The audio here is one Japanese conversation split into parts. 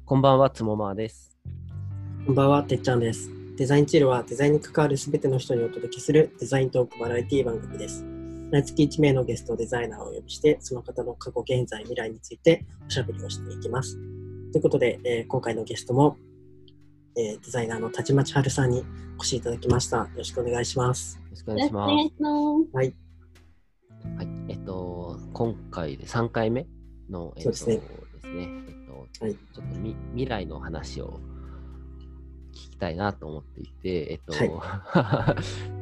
こんばんは、つもまーです。 こんばんは、てっちゃんです。デザインチルはデザインに関わるすべての人にお届けするデザイントークバラエティ番組です。毎月1名のゲストデザイナーをお呼びして、その方の過去、現在、未来についておしゃべりをしていきます。ということで、今回のゲストも、デザイナーの田島千春さんにお越しいただきました。よろしくお願いします。 よろしくお願いします。はい。はい。今回で3回目の、 そうですね。 はい、ちょっと未来の話を聞きたいなと思っていて、はい、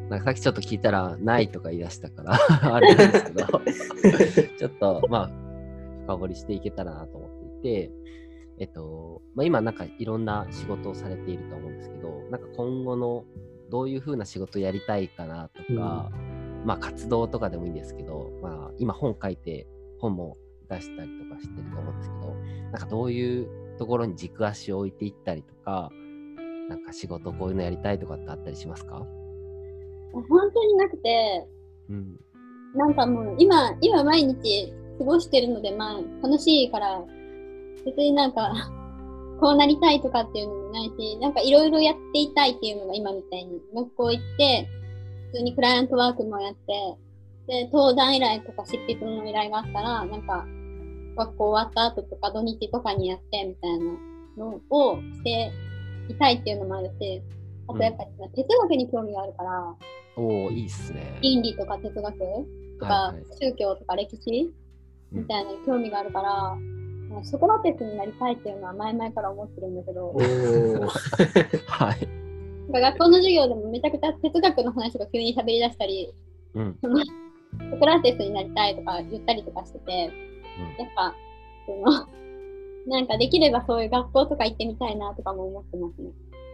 なんかさっきちょっと聞いたらないとか言い出したからあれなんですけどちょっと深掘りしていけたらなと思っていて、今なんかいろんな仕事をされていると思うんですけど、なんか今後のどういう風な仕事をやりたいかなとか、活動とかでもいいんですけど、今本書いて本も出したりとかしてると思うんですけど、なんかどういうところに軸足を置いていったりとか、なんか仕事こういうのやりたいとかってあったりしますか？ 本当になくて、なんかもう今毎日過ごしてるので、楽しいから別になんかこうなりたいとかっていうのもないし、なんかいろいろやっていたいっていうのが今みたいに学校行って普通にクライアントワークもやって、で登壇依頼とか執筆の依頼があったらなんか学校終わった後とか土日とかにやってみたいなのをしていたいっていうのもあるし、あとやっぱり哲学に興味があるから、 いいっすね。 倫理とか哲学とか、宗教とか歴史みたいな興味があるから、ソクラテスになりたいっていうのは前々から思ってるんだけど、 はい。 学校の授業でもめちゃくちゃ哲学の話が急に喋り出したり、ソクラテスになりたいとか言ったりとかしてて、やっぱなんかできればそういう学校とか行ってみたいなとかも思ってますね。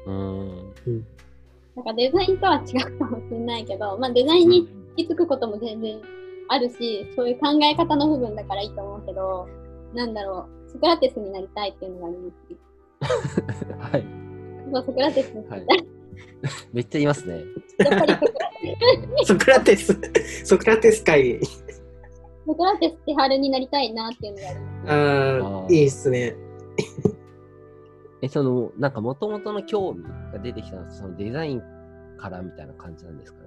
なんかデザインとは違うかもしれないけど、デザインに行き着くことも全然あるし、そういう考え方の部分だからいいと思うけど、ソクラテスになりたいっていうのがありますね。 はい。 ソクラテスになりたい。 めっちゃ言いますね。 やっぱりソクラテス会。 ソクラテス千春になりたいなっていうのがあります。 いいっすね。 なんか元々の興味が出てきたのはそのデザインからみたいな感じなんですかね。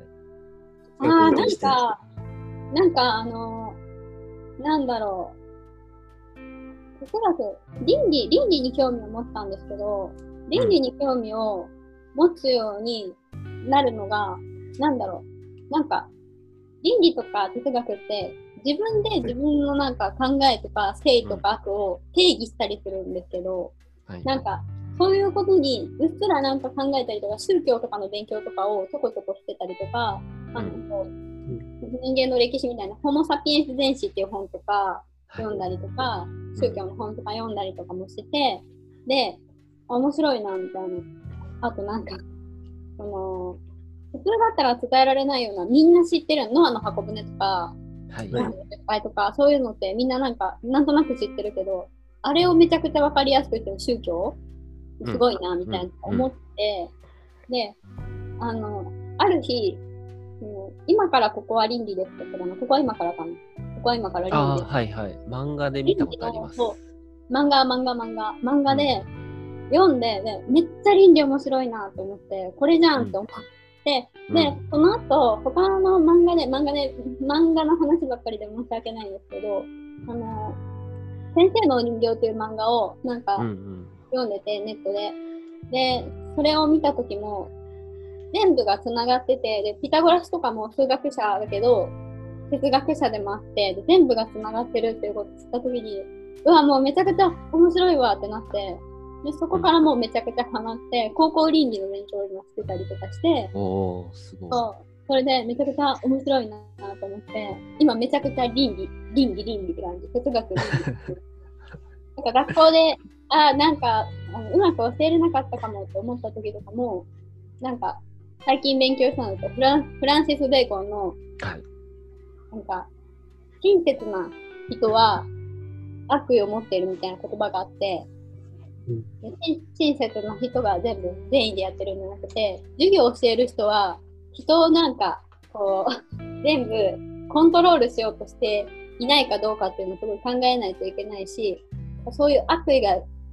なんだろう。おそらく倫理に興味を持ったんですけど、倫理に興味を持つようになるのが、なんか倫理とか哲学って自分で自分のなんか考えとか正義とか悪を定義したりするんですけど、なんかそういうことにうっすらなんか考えたりとか、宗教とかの勉強とかをちょこちょこしてたりとか、人間の歴史みたいなホモ・サピエンス全史っていう本とか読んだりとか、宗教の本とか読んだりとかもしてて、で、面白いなみたいな。あとなんか普通だったら伝えられないような、みんな知ってるノアの箱舟とか、ノアの失敗とか、そういうのってみんななんとなく知ってるけど、あれをめちゃくちゃわかりやすく言ってる宗教すごいなみたいな思って、で、ある日、今からここは倫理ですって言ったら、ここは今からかな。ここは今から倫理です。 漫画で見たことあります。 漫画で読んで、めっちゃ倫理面白いなと思って、これじゃんって思って、で、その後、他の漫画の話ばっかりで申し訳ないんですけど、先生のお人形っていう漫画をなんか読んでて、ネットで。で、それを見たときも、全部がつながってて、で、ピタゴラスとかも数学者だけど、哲学者でもあって、で全部がつながってるっていうことを知ったときに、もうめちゃくちゃ面白いわってなって、でそこからもうめちゃくちゃハマって、高校倫理の勉強を今してたりとかして、 すごい。 それでめちゃくちゃ面白いなと思って、今めちゃくちゃ倫理って感じ。哲学倫理。なんか学校で、うまく教えれなかったかもって思った時とかも、なんか最近勉強したのとフランシス・ベーコンの、なんか親切な人は悪意を持っているみたいな言葉があって、親切な人が全員でやってるんじゃなくて、授業を教える人は人をなんかこう全部コントロールしようとしていないかどうかっていうのをすごい考えないといけないし、そういう悪意が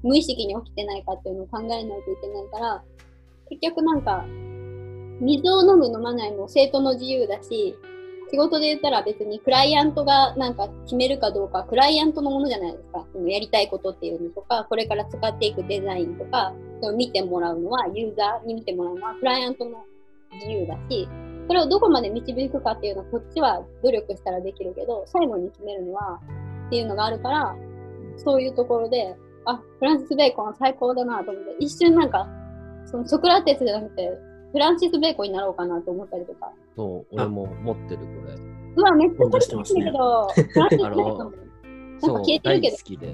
無意識に起きてないかっていうのを考えないといけないから、結局なんか、水を飲む飲まないも生徒の自由だし、仕事で言ったら別にクライアントがなんか決めるかどうか、クライアントのものじゃないですか。やりたいことっていうのとか、これから使っていくデザインとか、見てもらうのは、ユーザーに見てもらうのはクライアントの自由だし、それをどこまで導くかっていうのはこっちは努力したらできるけど、最後に決めるのはっていうのがあるから、そういうところで、フランシス・ベーコンは最高だなと思って、一瞬なんか、そのソクラテスじゃなくて、フランシス・ベーコンになろうかなと思ったりとか。 そう、俺も持ってる、これ。 うわ、めっちゃ好きなんだけど、フランシス・ベーコンなんか消えてるけど。 大好きで。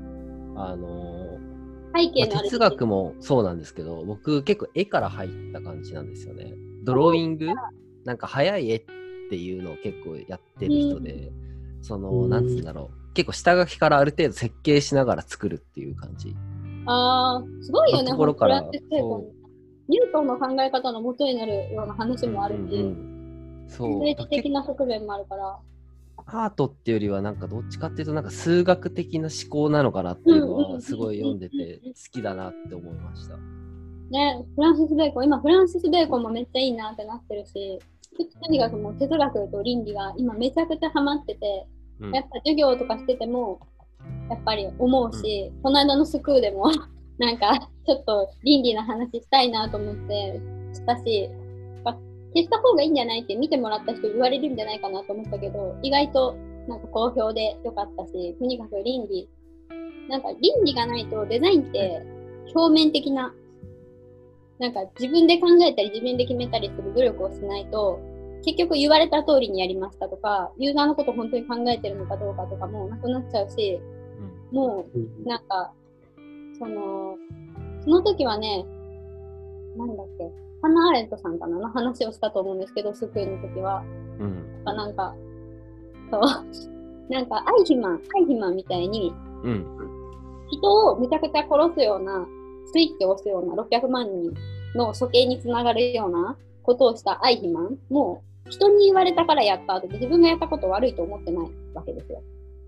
背景のある哲学もそうなんですけど、僕結構絵から入った感じなんですよね。ドローイングなんか早い絵っていうのを結構やってる人で、なんつうんだろう。結構下書きからある程度設計しながら作るっていう感じ。 すごいよね、 フランシス・ベーコン。ニュートンの考え方の元になるような話もあるし、政治的な側面もあるから。 アートっていうよりはなんかどっちかっていうとなんか数学的な思考なのかなっていうのはすごい読んでて好きだなって思いました。 ね、フランシス・ベーコン、今フランシス・ベーコンもめっちゃいいなってなってるし、とにかくもう哲学と倫理が今めちゃくちゃハマってて、やっぱ授業とかしててもやっぱり思うし、この間のスクールでもなんかちょっと倫理の話したいなと思ってしたし、消した方がいいんじゃないって見てもらった人言われるんじゃないかなと思ったけど、意外となんか好評でよかったし、とにかく倫理がないとデザインって表面的な、なんか自分で考えたり自分で決めたりする努力をしないと、結局言われた通りにやりましたとか、ユーザーのことを本当に考えてるのかどうかとかもなくなっちゃうし、もうなんかその時はね、なんだっけ、ハンナ・アーレントさんかなの話をしたと思うんですけど、スクールの時は。なんか、そう、なんかアイヒマンみたいに、人をめちゃくちゃ殺すような、スイッチを押すような600万人の処刑につながるようなことをしたアイヒマンも、人に言われたからやった後で自分がやったこと悪いと思ってないわけですよ。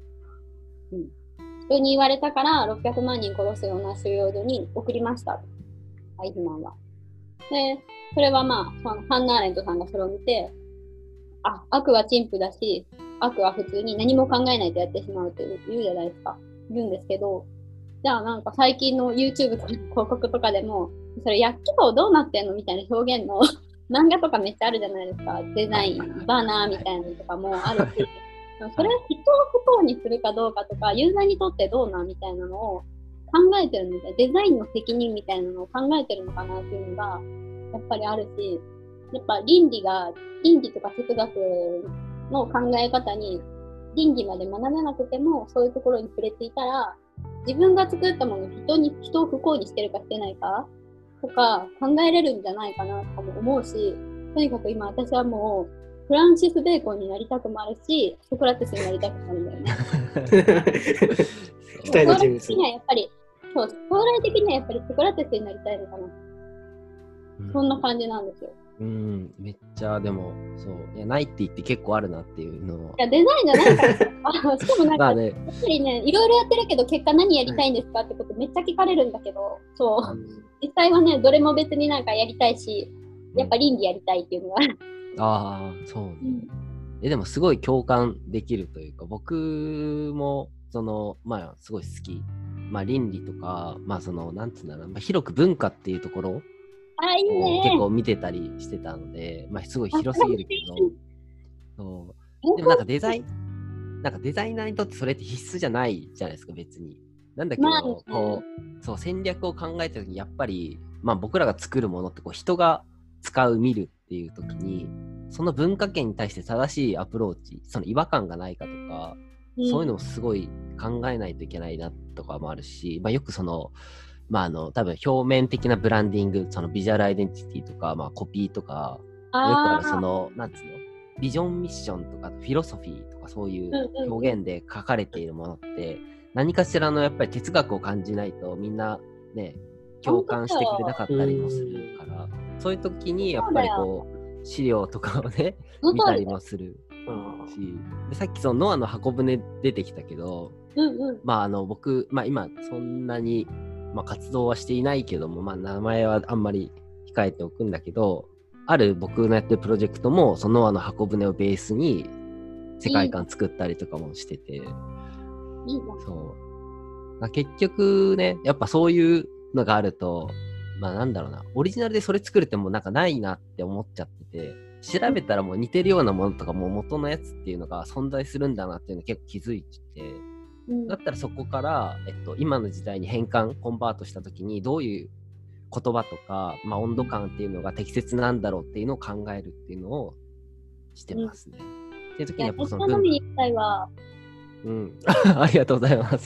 人に言われたから600万人殺すような収容所に送りました。アイヒマンは。で、それはまあ、ハンナ・アーレントさんがそれを見て、悪は陳腐だし、悪は普通に何も考えないとやってしまうって言うじゃないですか。言うんですけど、じゃあなんか最近の YouTube とかの広告とかでも、それ薬機法どうなってんのみたいな表現の漫画とかめっちゃあるじゃないですか。デザイン、バナーみたいなのとかもあるし、それを人を不幸にするかどうかとか、ユーザーにとってどうなんみたいなのを考えてるので、デザインの責任みたいなのを考えてるのかなっていうのがやっぱりあるし、やっぱ倫理とか哲学の考え方に倫理まで学べなくても、そういうところに触れていたら、自分が作ったものを人を不幸にしてるかしてないかとか考えれるんじゃないかなとかも思うし、とにかく今私はもうフランシス・ベーコンになりたくもあるし、ソクラテスになりたくもあるんだよね。 二人の人物。 将来的にはやっぱりソクラテスになりたいのかな。そんな感じなんですよ。 めっちゃでもそういやないって言って結構あるなっていうのを。 いやデザインじゃないからしかもなんか、やっぱりね、いろいろやってるけど結果何やりたいんですかってことめっちゃ聞かれるんだけど、実際はね、どれも別になんかやりたいし、やっぱ倫理やりたいっていうのがそうね、でもすごい共感できるというか、僕もすごい好き、倫理とかなんつうんだろう、広く文化っていうところいいね、 結構見てたりしてたので、すごい広すぎるけど、でもなんかデザイナーにとってそれって必須じゃないじゃないですか、別に。なんだけど、戦略を考えたときにやっぱり、僕らが作るものって人が見るっていうときに、その文化圏に対して正しいアプローチ、その違和感がないかとか、そういうのをすごい考えないといけないなとかもあるし、よく多分表面的なブランディング、そのビジュアルアイデンティティとか、コピーとか、よくあるなんつうの、ビジョンミッションとかフィロソフィーとかそういう表現で書かれているものって、何かしらのやっぱり哲学を感じないとみんなね、共感してくれなかったりもするから、そういう時にやっぱり資料とかをね、見たりもするし、でさっきそのノアの箱舟出てきたけど、僕、今そんなに、活動はしていないけども、名前はあんまり控えておくんだけど、ある僕のやってるプロジェクトもそのノアの箱舟をベースに世界観作ったりとかもしてて、そう結局ね、やっぱそういうのがあると、オリジナルでそれ作るってもうないなって思っちゃってて、調べたらもう似てるようなものとかもう元のやつっていうのが存在するんだなっていうの結構気づいて、だったらそこから、今の時代にコンバートした時にどういう言葉とか、温度感っていうのが適切なんだろうっていうのを考えるっていうのをしてますね。っていう時にやっぱその文化。ありがとうございます。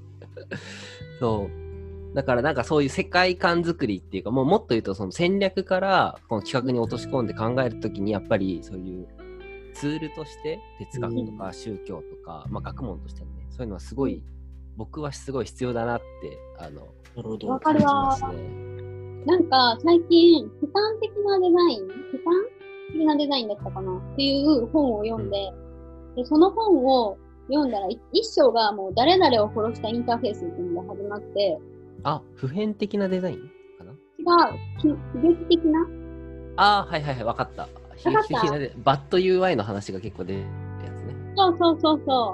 そうだからそういう世界観作りっていうか、もっと言うとその戦略からこの企画に落とし込んで考えるときにやっぱりそういうツールとして哲学とか宗教とか、学問としてね、そういうのはすごい、僕はすごい必要だなって感じますね。最近悲観的なデザインだったかなっていう本を読んで、でその本を読んだら一章がもう誰々を殺したインターフェースっていうのが始まって、 普遍的なデザインかな？ 違う、悲劇的な？ はい、わかった。悲劇的なバッド UI の話が結構出るやつね。 そう。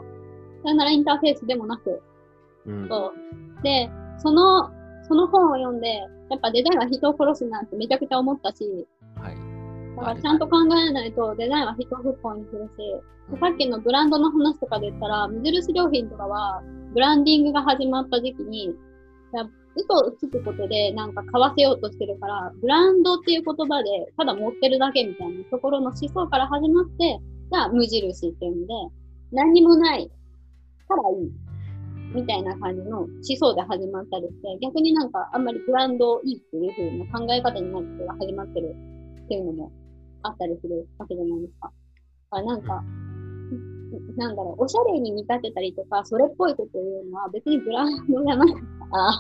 さよならインターフェースでもなく。で、その本を読んで、やっぱデザインは人を殺すなんてめちゃくちゃ思ったし、だからちゃんと考えないとデザインは人を不幸にするし、さっきのブランドの話とかで言ったら、無印良品とかはブランディングが始まった時期に、嘘をつくことで買わせようとしてるから、ブランドっていう言葉でただ持ってるだけみたいなところの思想から始まって、じゃあ無印っていうので、何にもないからいいみたいな感じの思想で始まったりして、逆にあんまりブランドいいっていう風な考え方になることが始まってるっていうのもあったりするわけじゃないですか。おしゃれに見立てたりとか、それっぽいこというのは別にブランドじゃないから、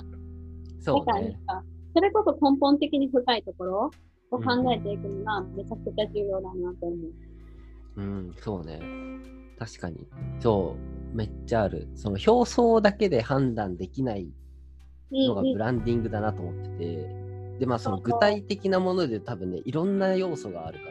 そうね。 それこそ根本的に深いところを考えていくのがめちゃくちゃ重要だなと思う。 そうね。確かに。そう、めっちゃある。その表層だけで判断できないのがブランディングだなと思ってて、で、その具体的なもので多分ね、いろんな要素があるから、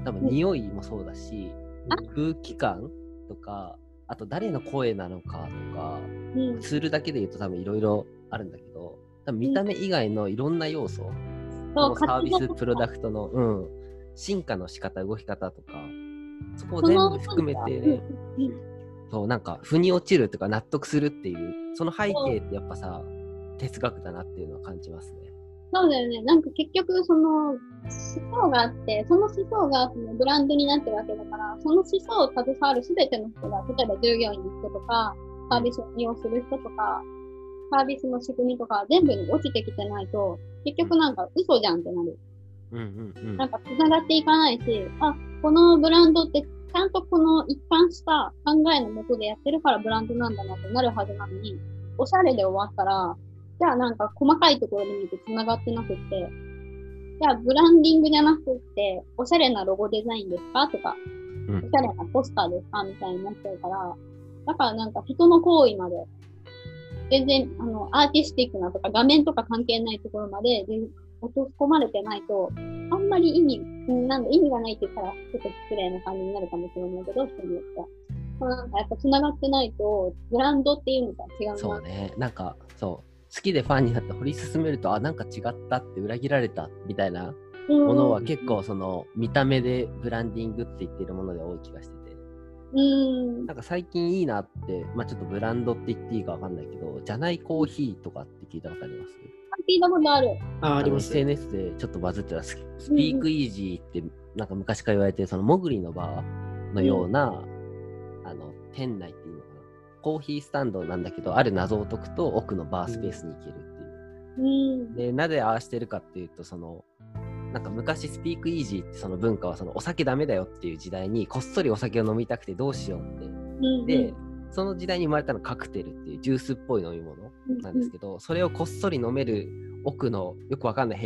多分匂いもそうだし、空気感とか、あと誰の声なのかとか、ツールだけで言うと多分いろいろあるんだけど、多分見た目以外のいろんな要素、サービスプロダクトの、進化の仕方、動き方とか、そこを全部含めてね、腑に落ちるとか納得するっていう、その背景ってやっぱさ、哲学だなっていうのは感じますね。 そうだよね。結局その思想があって、その思想がそのブランドになってるわけだから、その思想を携わるすべての人が、例えば従業員の人とか、サービスを利用する人とか、サービスの仕組みとか全部に落ちてきてないと、結局嘘じゃんってなる。繋がっていかないし、このブランドってちゃんとこの一貫した考えのもとでやってるからブランドなんだなってなるはずなのに、おしゃれで終わったら、じゃあ細かいところで見ると繋がってなくって、じゃあブランディングじゃなくって、おしゃれなロゴデザインですかとか、おしゃれなポスターですかみたいになっちゃうから、だから人の行為まで、全然アーティスティックなとか画面とか関係ないところまで落とし込まれてないと、あんまり意味がないって言ったらちょっと失礼な感じになるかもしれないけど、人によっては。やっぱ繋がってないと、ブランドっていうのとは違うな。 そうね。好きでファンになって掘り進めると、違ったって裏切られたみたいなものは結構その見た目でブランディングって言ってるもので多い気がしてて。最近いいなって、ちょっとブランドって言っていいかわかんないけど、じゃないコーヒーとかって聞いたことあります？ 聞いたことある。 あります。 SNS でちょっとバズってたスピークイージーって昔から言われてるそのモグリのバーのような、店内っていうのかな、コーヒースタンドなんだけど、ある謎を解くと奥のバースペースに行けるっていう。で、なぜああしてるかっていうと、昔スピークイージーってその文化はお酒ダメだよっていう時代にこっそりお酒を飲みたくてどうしようって、でその時代に生まれたのカクテルっていうジュースっぽい飲み物なんですけど、それをこっそり飲める奥のよくわかんない部屋って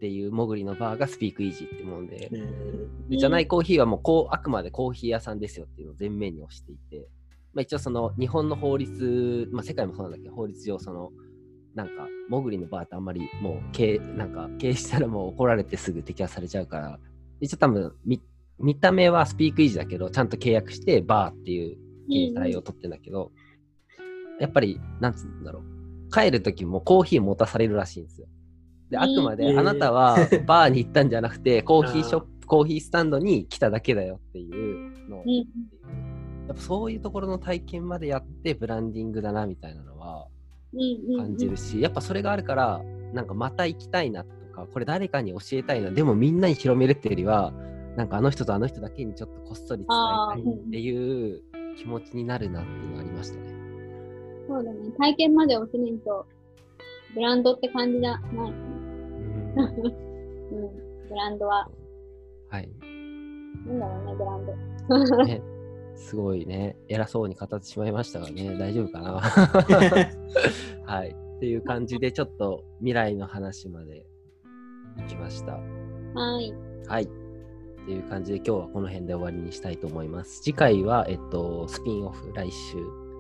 っていうモグリのバーがスピークイージーってもんで、じゃないコーヒーはもうあくまでコーヒー屋さんですよっていうのを前面に押していて、一応その日本の法律、世界もそうなんだけど、法律上そのなんかモグリのバーってあんまりもう経営したらもう怒られてすぐ摘発されちゃうから、一応多分見た目はスピークイージーだけどちゃんと契約してバーっていう形態を取ってんだけど、やっぱりなんつうんだろう、帰る時もコーヒー持たされるらしいんですよ。で、あくまであなたはバーに行ったんじゃなくてコーヒースタンドに来ただけだよっていうのを、やっぱそういうところの体験までやってブランディングだなみたいなのは感じるし、やっぱそれがあるからなんかまた行きたいなとか、これ誰かに教えたいな、でもみんなに広めるっていうよりはなんかあの人とあの人だけにちょっとこっそり伝えたいっていう気持ちになるなっていうのがありましたね。 そうだね、体験までをしないとブランドって感じじゃない。ブランドは。 はい。 なんだろうね、ブランド。 ね、すごいね、偉そうに語ってしまいましたがね、大丈夫かな。はい。っていう感じで、ちょっと未来の話まで行きました。 はい。 はい。っていう感じで、今日はこの辺で終わりにしたいと思います。次回は、スピンオフ、来週、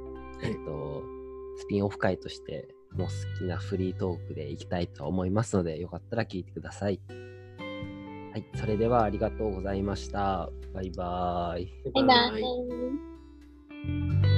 スピンオフ会として、もう好きなフリートークでいきたいと思いますので、よかったら聞いてください。はい、それではありがとうございました。バイバーイ。 バイバイ。